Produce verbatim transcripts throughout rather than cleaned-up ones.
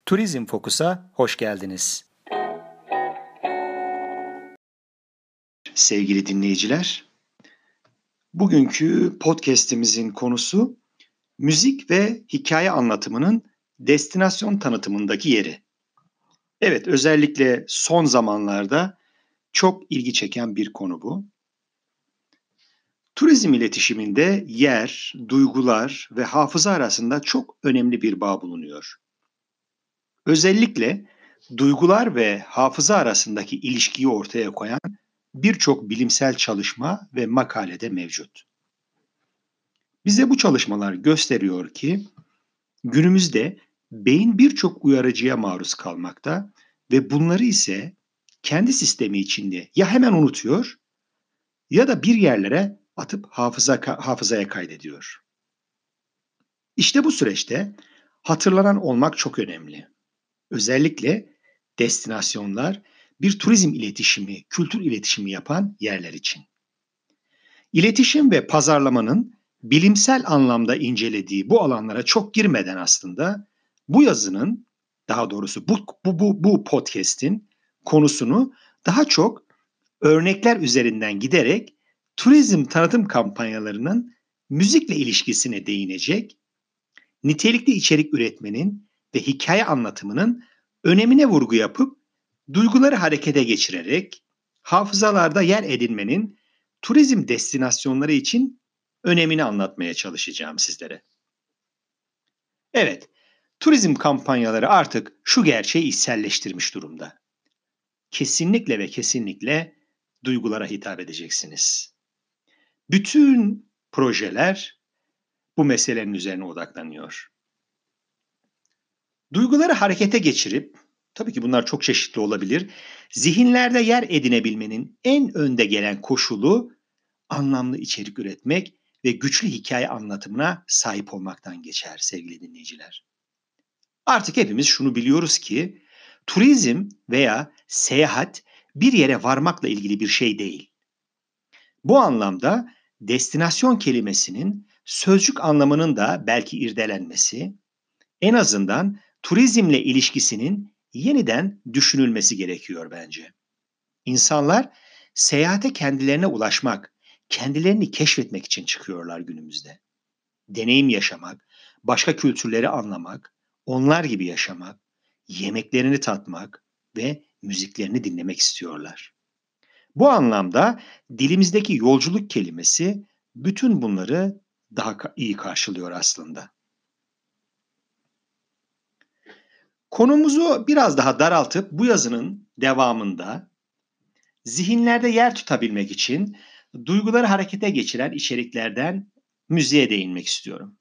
Turizm Fokus'a hoş geldiniz. Sevgili dinleyiciler, bugünkü podcast'imizin konusu müzik ve hikaye anlatımının destinasyon tanıtımındaki yeri. Evet, özellikle son zamanlarda çok ilgi çeken bir konu bu. Turizm iletişiminde yer, duygular ve hafıza arasında çok önemli bir bağ bulunuyor. Özellikle duygular ve hafıza arasındaki ilişkiyi ortaya koyan birçok bilimsel çalışma ve makalede mevcut. Bize bu çalışmalar gösteriyor ki günümüzde beyin birçok uyarıcıya maruz kalmakta ve bunları ise kendi sistemi içinde ya hemen unutuyor ya da bir yerlere atıp hafıza hafızaya kaydediyor. İşte bu süreçte hatırlanan olmak çok önemli. Özellikle destinasyonlar bir turizm iletişimi, kültür iletişimi yapan yerler için. İletişim ve pazarlamanın bilimsel anlamda incelediği bu alanlara çok girmeden aslında bu yazının, daha doğrusu bu bu bu, bu podcast'in konusunu daha çok örnekler üzerinden giderek turizm tanıtım kampanyalarının müzikle ilişkisine değinecek, nitelikli içerik üretmenin ve hikaye anlatımının önemine vurgu yapıp duyguları harekete geçirerek hafızalarda yer edinmenin turizm destinasyonları için önemini anlatmaya çalışacağım sizlere. Evet, turizm kampanyaları artık şu gerçeği içselleştirmiş durumda. Kesinlikle ve kesinlikle duygulara hitap edeceksiniz. Bütün projeler bu meselenin üzerine odaklanıyor. Duyguları harekete geçirip, tabii ki bunlar çok çeşitli olabilir, zihinlerde yer edinebilmenin en önde gelen koşulu anlamlı içerik üretmek ve güçlü hikaye anlatımına sahip olmaktan geçer sevgili dinleyiciler. Artık hepimiz şunu biliyoruz ki turizm veya seyahat bir yere varmakla ilgili bir şey değil. Bu anlamda destinasyon kelimesinin sözcük anlamının da belki irdelenmesi, en azından turizmle ilişkisinin yeniden düşünülmesi gerekiyor bence. İnsanlar seyahate kendilerine ulaşmak, kendilerini keşfetmek için çıkıyorlar günümüzde. Deneyim yaşamak, başka kültürleri anlamak, onlar gibi yaşamak, yemeklerini tatmak ve müziklerini dinlemek istiyorlar. Bu anlamda dilimizdeki yolculuk kelimesi bütün bunları daha iyi karşılıyor aslında. Konumuzu biraz daha daraltıp bu yazının devamında zihinlerde yer tutabilmek için duyguları harekete geçiren içeriklerden müziğe değinmek istiyorum.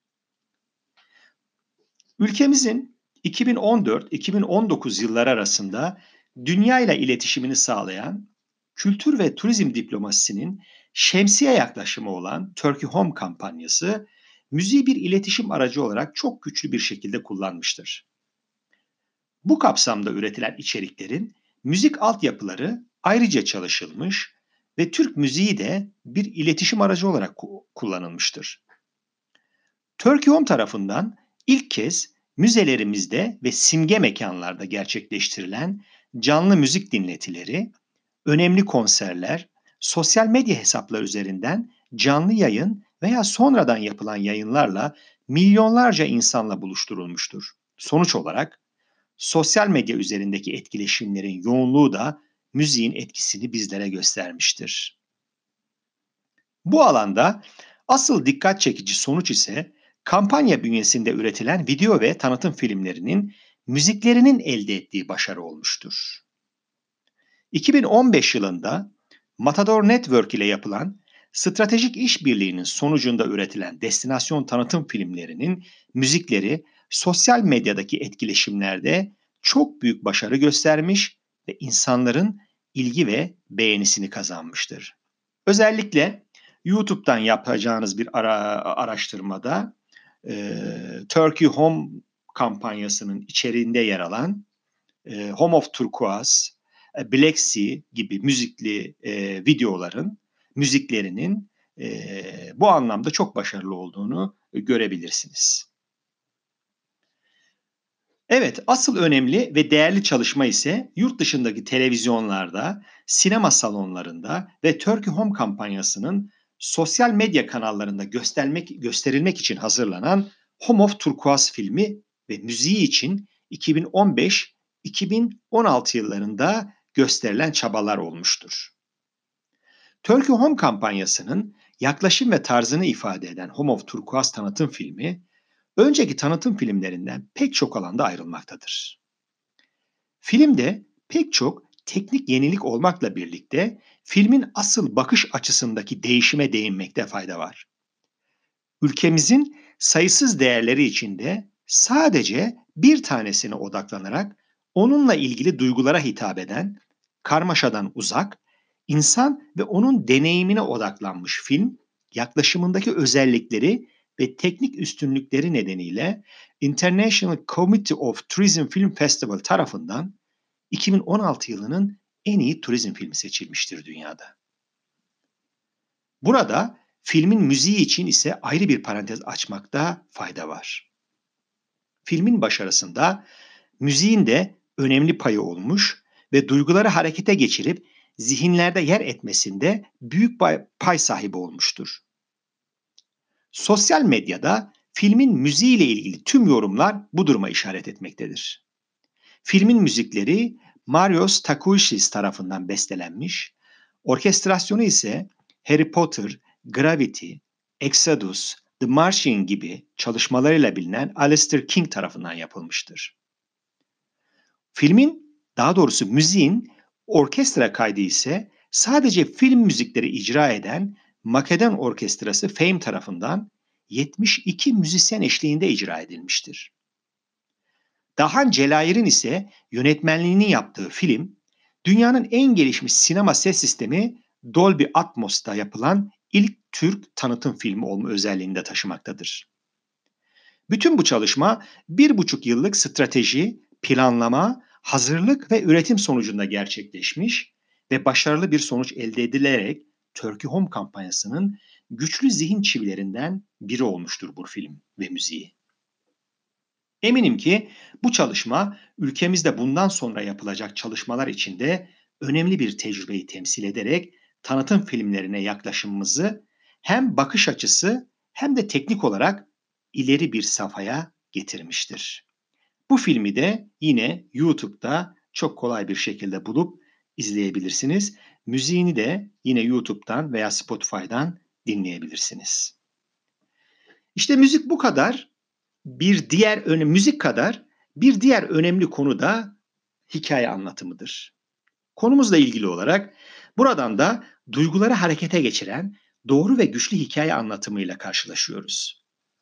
Ülkemizin iki bin on dört iki bin on dokuz yılları arasında dünya ile iletişimini sağlayan kültür ve turizm diplomasisinin şemsiye yaklaşımı olan Turkey Home kampanyası müziği bir iletişim aracı olarak çok güçlü bir şekilde kullanmıştır. Bu kapsamda üretilen içeriklerin müzik altyapıları ayrıca çalışılmış ve Türk müziği de bir iletişim aracı olarak kullanılmıştır. Turkey Home tarafından ilk kez müzelerimizde ve simge mekanlarda gerçekleştirilen canlı müzik dinletileri, önemli konserler, sosyal medya hesapları üzerinden canlı yayın veya sonradan yapılan yayınlarla milyonlarca insanla buluşturulmuştur. Sonuç olarak sosyal medya üzerindeki etkileşimlerin yoğunluğu da müziğin etkisini bizlere göstermiştir. Bu alanda asıl dikkat çekici sonuç ise kampanya bünyesinde üretilen video ve tanıtım filmlerinin müziklerinin elde ettiği başarı olmuştur. iki bin on beş yılında Matador Network ile yapılan stratejik işbirliğinin sonucunda üretilen destinasyon tanıtım filmlerinin müzikleri sosyal medyadaki etkileşimlerde çok büyük başarı göstermiş ve insanların ilgi ve beğenisini kazanmıştır. Özellikle YouTube'dan yapacağınız bir ara, araştırmada e, Turkey Home kampanyasının içeriğinde yer alan e, Home of Turquoise, e, Black Sea gibi müzikli e, videoların, müziklerinin e, bu anlamda çok başarılı olduğunu görebilirsiniz. Evet, asıl önemli ve değerli çalışma ise yurt dışındaki televizyonlarda, sinema salonlarında ve Turkey Home kampanyasının sosyal medya kanallarında göstermek, gösterilmek için hazırlanan Home of Turquoise filmi ve müziği için iki bin on beş iki bin on altı yıllarında gösterilen çabalar olmuştur. Turkey Home kampanyasının yaklaşım ve tarzını ifade eden Home of Turquoise tanıtım filmi, önceki tanıtım filmlerinden pek çok alanda ayrılmaktadır. Filmde pek çok teknik yenilik olmakla birlikte filmin asıl bakış açısındaki değişime değinmekte fayda var. Ülkemizin sayısız değerleri içinde sadece bir tanesine odaklanarak onunla ilgili duygulara hitap eden, karmaşadan uzak, insan ve onun deneyimine odaklanmış film, yaklaşımındaki özellikleri ve teknik üstünlükleri nedeniyle International Committee of Tourism Film Festival tarafından iki bin on altı yılının en iyi turizm filmi seçilmiştir dünyada. Burada filmin müziği için ise ayrı bir parantez açmakta fayda var. Filmin başarısında müziğin de önemli payı olmuş ve duyguları harekete geçirip zihinlerde yer etmesinde büyük pay sahibi olmuştur. Sosyal medyada filmin müziğiyle ilgili tüm yorumlar bu duruma işaret etmektedir. Filmin müzikleri Marios Takouchis tarafından bestelenmiş, orkestrasyonu ise Harry Potter, Gravity, Exodus, The Martian gibi çalışmalarıyla bilinen Alistair King tarafından yapılmıştır. Filmin, daha doğrusu müziğin orkestra kaydı ise sadece film müzikleri icra eden Makedon Orkestrası Fame tarafından yetmiş iki müzisyen eşliğinde icra edilmiştir. Dahan Celayir'in ise yönetmenliğini yaptığı film, dünyanın en gelişmiş sinema ses sistemi Dolby Atmos'ta yapılan ilk Türk tanıtım filmi olma özelliğini de taşımaktadır. Bütün bu çalışma bir buçuk yıllık strateji, planlama, hazırlık ve üretim sonucunda gerçekleşmiş ve başarılı bir sonuç elde edilerek Turkey Home kampanyasının güçlü zihin çivilerinden biri olmuştur bu film ve müziği. Eminim ki bu çalışma ülkemizde bundan sonra yapılacak çalışmalar için de önemli bir tecrübeyi temsil ederek tanıtım filmlerine yaklaşımımızı hem bakış açısı hem de teknik olarak ileri bir safhaya getirmiştir. Bu filmi de yine YouTube'da çok kolay bir şekilde bulup izleyebilirsiniz. Müziğini de yine YouTube'dan veya Spotify'dan dinleyebilirsiniz. İşte müzik bu kadar. Bir diğer önemli müzik kadar bir diğer önemli konu da hikaye anlatımıdır. Konumuzla ilgili olarak buradan da duyguları harekete geçiren doğru ve güçlü hikaye anlatımıyla karşılaşıyoruz.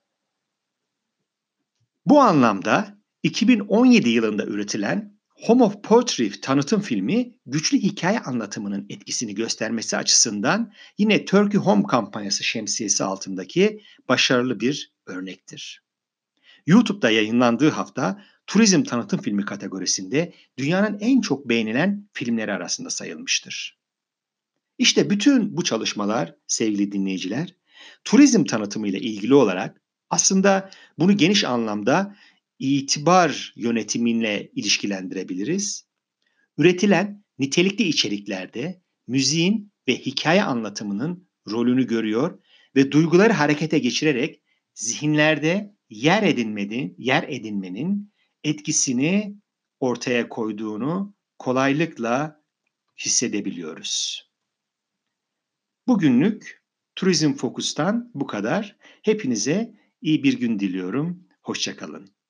Bu anlamda iki bin on yedi yılında üretilen Home of Poetry tanıtım filmi güçlü hikaye anlatımının etkisini göstermesi açısından yine Turkey Home kampanyası şemsiyesi altındaki başarılı bir örnektir. YouTube'da yayınlandığı hafta turizm tanıtım filmi kategorisinde dünyanın en çok beğenilen filmleri arasında sayılmıştır. İşte bütün bu çalışmalar sevgili dinleyiciler, turizm tanıtımı ile ilgili olarak aslında bunu geniş anlamda itibar yönetimiyle ilişkilendirebiliriz. Üretilen nitelikli içeriklerde müziğin ve hikaye anlatımının rolünü görüyor ve duyguları harekete geçirerek zihinlerde yer edinmenin, yer edinmenin etkisini ortaya koyduğunu kolaylıkla hissedebiliyoruz. Bugünlük Turizm Fokus'tan bu kadar. Hepinize iyi bir gün diliyorum. Hoşça kalın.